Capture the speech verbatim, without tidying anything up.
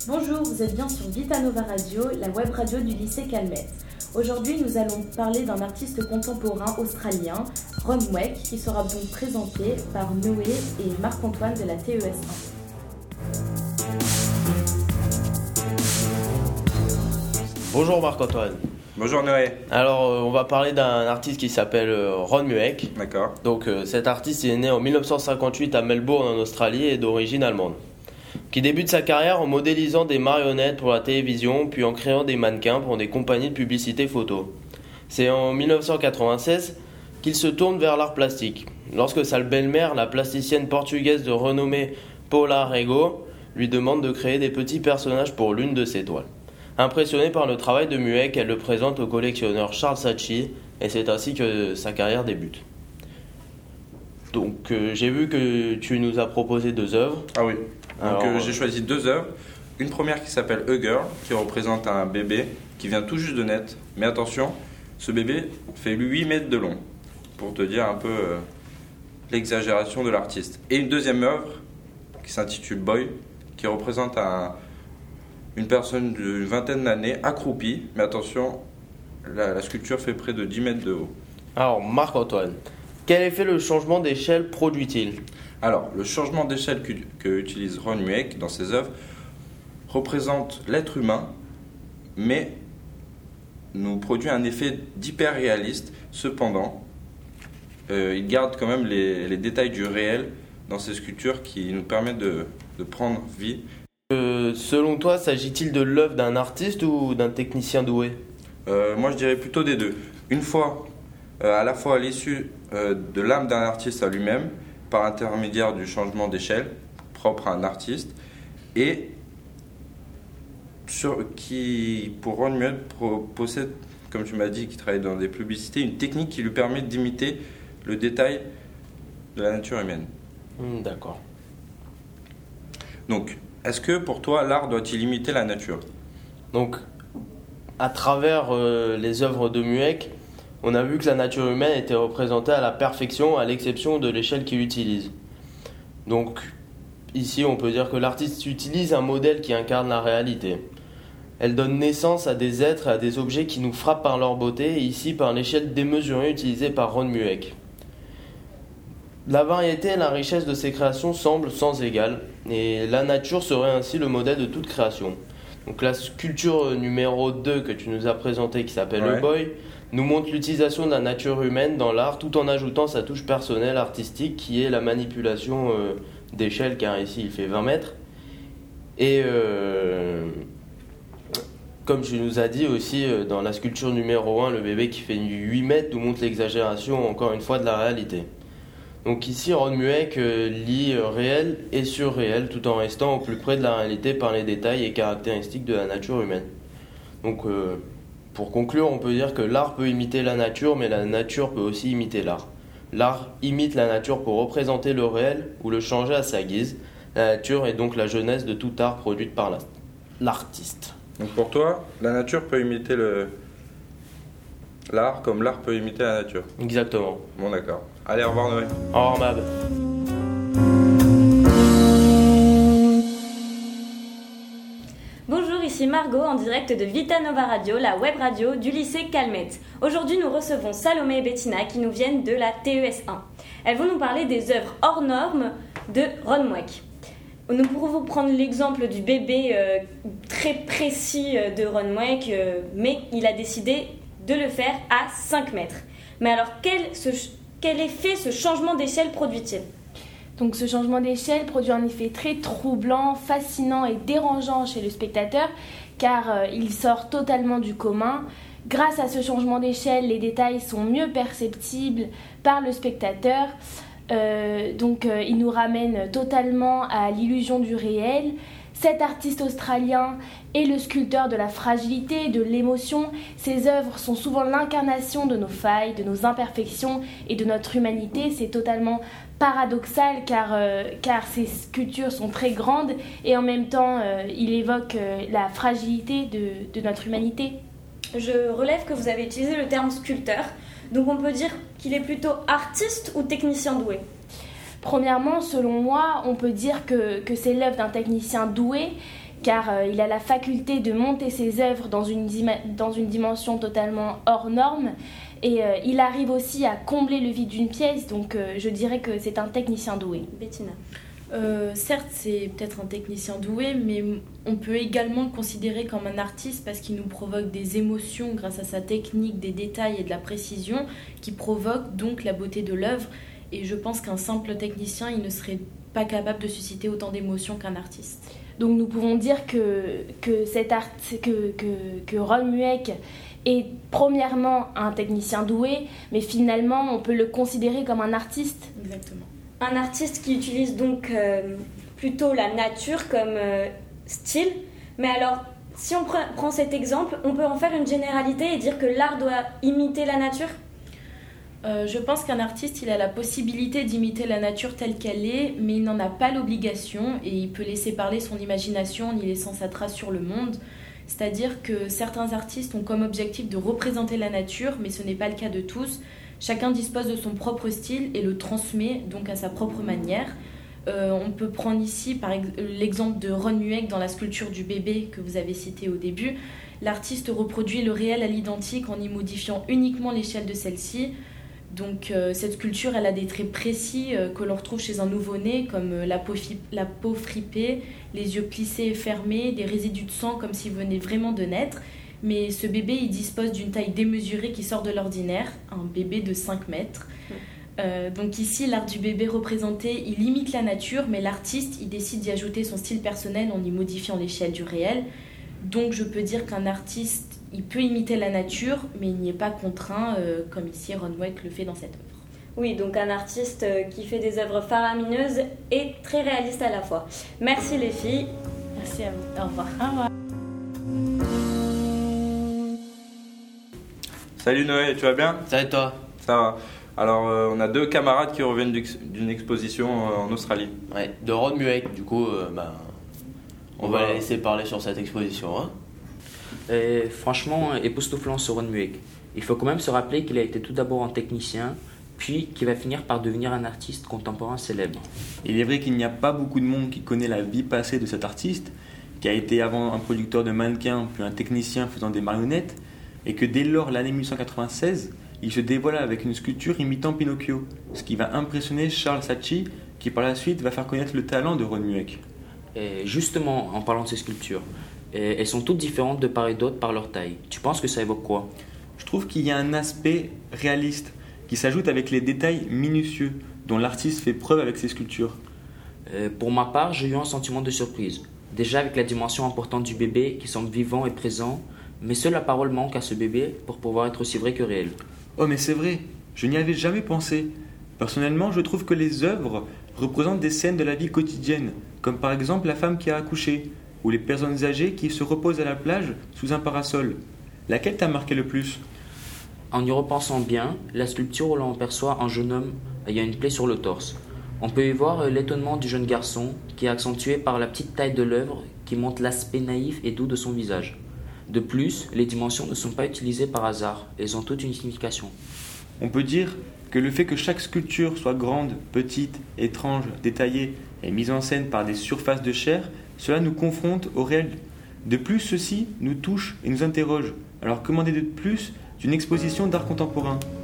Bonjour, vous êtes bien sur Vita Nova Radio, la web radio du lycée Calmette. Aujourd'hui, nous allons parler d'un artiste contemporain australien, Ron Mweik, qui sera donc présenté par Noé et Marc-Antoine de la T E S un. Bonjour Marc-Antoine. Bonjour Noé. Alors euh, on va parler d'un artiste qui s'appelle euh, Ron Mweik. D'accord. Donc euh, cet artiste il est né en dix-neuf cent cinquante-huit à Melbourne en Australie et d'origine allemande. Qui débute sa carrière en modélisant des marionnettes pour la télévision puis en créant des mannequins pour des compagnies de publicité photo. C'est en dix-neuf cent quatre-vingt-seize qu'il se tourne vers l'art plastique. Lorsque sa belle-mère, la plasticienne portugaise de renommée Paula Rego, lui demande de créer des petits personnages pour l'une de ses toiles. Impressionnée par le travail de Mweik, elle le présente au collectionneur Charles Saatchi et c'est ainsi que sa carrière débute. Donc euh, j'ai vu que tu nous as proposé deux œuvres. Ah oui. Donc Alors, euh, j'ai choisi deux œuvres. Une première qui s'appelle A Girl, qui représente un bébé qui vient tout juste de naître. Mais attention, ce bébé fait huit mètres de long, pour te dire un peu euh, l'exagération de l'artiste. Et une deuxième œuvre qui s'intitule Boy, qui représente un, une personne d'une vingtaine d'années accroupie. Mais attention, la, la sculpture fait près de dix mètres de haut. Alors Marc-Antoine, quel effet le changement d'échelle produit-il ? Alors, le changement d'échelle que, que utilise Ron Mweik dans ses œuvres représente l'être humain, mais nous produit un effet d'hyper-réaliste. Cependant, euh, il garde quand même les, les détails du réel dans ses sculptures qui nous permettent de, de prendre vie. Euh, selon toi, s'agit-il de l'œuvre d'un artiste ou d'un technicien doué ? euh, Moi, je dirais plutôt des deux. Une fois, euh, à la fois à l'issue euh, de l'âme d'un artiste à lui-même, par intermédiaire du changement d'échelle propre à un artiste, et sur, qui, pour Ron Mweik, possède, comme tu m'as dit, qui travaille dans des publicités, une technique qui lui permet d'imiter le détail de la nature humaine. Mmh, d'accord. Donc, est-ce que pour toi, l'art doit-il imiter la nature ? Donc, à travers euh, les œuvres de Mweik, on a vu que la nature humaine était représentée à la perfection, à l'exception de l'échelle qu'il utilise. Donc, ici, on peut dire que l'artiste utilise un modèle qui incarne la réalité. Elle donne naissance à des êtres et à des objets qui nous frappent par leur beauté, et ici par l'échelle démesurée utilisée par Ron Mweik. La variété et la richesse de ses créations semblent sans égale, et la nature serait ainsi le modèle de toute création. Donc la sculpture numéro deux que tu nous as présentée, qui s'appelle Ouais. Le Boy, nous montre l'utilisation de la nature humaine dans l'art tout en ajoutant sa touche personnelle artistique qui est la manipulation euh, d'échelle, car ici il fait vingt mètres. Et euh, comme tu nous as dit aussi, euh, dans la sculpture numéro un, le bébé qui fait huit mètres nous montre l'exagération encore une fois de la réalité. Donc ici Ron Mweik euh, lie euh, réel et surréel tout en restant au plus près de la réalité par les détails et caractéristiques de la nature humaine. Donc euh, pour conclure, on peut dire que l'art peut imiter la nature, mais la nature peut aussi imiter l'art. L'art imite la nature pour représenter le réel ou le changer à sa guise. La nature est donc la jeunesse de tout art produite par la- l'artiste. Donc pour toi, la nature peut imiter le... l'art comme l'art peut imiter la nature. Exactement. Bon, d'accord. Allez, au revoir Noé. Au revoir Mab. Bonjour, ici Margot en direct de Vita Nova Radio, la web radio du lycée Calmette. Aujourd'hui, nous recevons Salomé et Bettina qui nous viennent de la T E S un. Elles vont nous parler des œuvres hors normes de Ron Mweik. Nous pourrons vous prendre l'exemple du bébé euh, très précis euh, de Ron Mweik, euh, mais il a décidé de le faire à cinq mètres. Mais alors, quel, ce, quel effet ce changement d'échelle produit-il ? Donc ce changement d'échelle produit un effet très troublant, fascinant et dérangeant chez le spectateur car euh, il sort totalement du commun. Grâce à ce changement d'échelle, les détails sont mieux perceptibles par le spectateur. Euh, donc euh, il nous ramène totalement à l'illusion du réel. Cet artiste australien est le sculpteur de la fragilité, de l'émotion. Ses œuvres sont souvent l'incarnation de nos failles, de nos imperfections et de notre humanité. C'est totalement paradoxal car, euh, car ces sculptures sont très grandes et en même temps euh, il évoque euh, la fragilité de, de notre humanité. Je relève que vous avez utilisé le terme sculpteur, donc on peut dire qu'il est plutôt artiste ou technicien doué ? Premièrement, selon moi, on peut dire que, que c'est l'œuvre d'un technicien doué car euh, il a la faculté de monter ses œuvres dans une, dima- dans une dimension totalement hors norme, et euh, il arrive aussi à combler le vide d'une pièce, donc euh, je dirais que c'est un technicien doué. Bettina. Euh, certes, c'est peut-être un technicien doué, mais on peut également le considérer comme un artiste parce qu'il nous provoque des émotions grâce à sa technique, des détails et de la précision qui provoquent donc la beauté de l'œuvre. Et je pense qu'un simple technicien, il ne serait pas capable de susciter autant d'émotions qu'un artiste. Donc nous pouvons dire que, que, cet art, que, que, que Ron Mueck est premièrement un technicien doué, mais finalement on peut le considérer comme un artiste. Exactement. Un artiste qui utilise donc euh, plutôt la nature comme euh, style. Mais alors, si on pre- prend cet exemple, on peut en faire une généralité et dire que l'art doit imiter la nature ? Euh, je pense qu'un artiste, il a la possibilité d'imiter la nature telle qu'elle est, mais il n'en a pas l'obligation et il peut laisser parler son imagination en y laissant sa trace sur le monde. C'est-à-dire que certains artistes ont comme objectif de représenter la nature, mais ce n'est pas le cas de tous. Chacun dispose de son propre style et le transmet donc à sa propre manière. Euh, on peut prendre ici par ex- l'exemple de Ron Mueck dans la sculpture du bébé que vous avez cité au début. L'artiste reproduit le réel à l'identique en y modifiant uniquement l'échelle de celle-ci. Donc euh, cette sculpture, elle a des traits précis euh, que l'on retrouve chez un nouveau-né, comme euh, la, peau fi- la peau fripée, les yeux plissés et fermés, des résidus de sang comme s'il venait vraiment de naître. Mais ce bébé, il dispose d'une taille démesurée qui sort de l'ordinaire, un bébé de cinq mètres. Euh, donc ici, l'art du bébé représenté, il imite la nature, mais l'artiste, il décide d'y ajouter son style personnel en y modifiant l'échelle du réel. Donc je peux dire qu'un artiste, il peut imiter la nature, mais il n'y est pas contraint, euh, comme ici Ron Mueck le fait dans cette œuvre. Oui, donc un artiste euh, qui fait des œuvres faramineuses et très réalistes à la fois. Merci les filles. Merci à vous. Au revoir. Au revoir. Salut Noé, tu vas bien? Ça et toi? Ça va. Alors, euh, on a deux camarades qui reviennent d'ex- d'une exposition euh, en Australie. Ouais, de Ron Mueck, du coup, euh, bah, on, On va va- la laisser parler sur cette exposition. Hein. Et franchement, époustouflant ce Ron Mueck. Il faut quand même se rappeler qu'il a été tout d'abord un technicien, puis qu'il va finir par devenir un artiste contemporain célèbre. Il est vrai qu'il n'y a pas beaucoup de monde qui connaît la vie passée de cet artiste, qui a été avant un producteur de mannequins, puis un technicien faisant des marionnettes, et que dès lors, l'année dix-neuf cent quatre-vingt-seize, il se dévoila avec une sculpture imitant Pinocchio, ce qui va impressionner Charles Saatchi, qui par la suite va faire connaître le talent de Ron Mueck. Et justement, en parlant de ces sculptures, et elles sont toutes différentes de part et d'autre par leur taille. Tu penses que ça évoque quoi? Je trouve qu'il y a un aspect réaliste qui s'ajoute avec les détails minutieux dont l'artiste fait preuve avec ses sculptures. Euh, Pour ma part, j'ai eu un sentiment de surprise. Déjà avec la dimension importante du bébé qui semble vivant et présent, mais seule la parole manque à ce bébé pour pouvoir être aussi vrai que réel. Oh mais c'est vrai, je n'y avais jamais pensé. Personnellement, je trouve que les œuvres représentent des scènes de la vie quotidienne, comme par exemple la femme qui a accouché, ou les personnes âgées qui se reposent à la plage sous un parasol. Laquelle t'a marqué le plus? En y repensant bien, la sculpture où l'on perçoit un jeune homme ayant une plaie sur le torse. On peut y voir l'étonnement du jeune garçon qui est accentué par la petite taille de l'œuvre qui montre l'aspect naïf et doux de son visage. De plus, les dimensions ne sont pas utilisées par hasard, elles ont toute une signification. On peut dire que le fait que chaque sculpture soit grande, petite, étrange, détaillée et mise en scène par des surfaces de chair, cela nous confronte au réel. De plus, ceci nous touche et nous interroge. Alors que demander de plus d'une exposition d'art contemporain?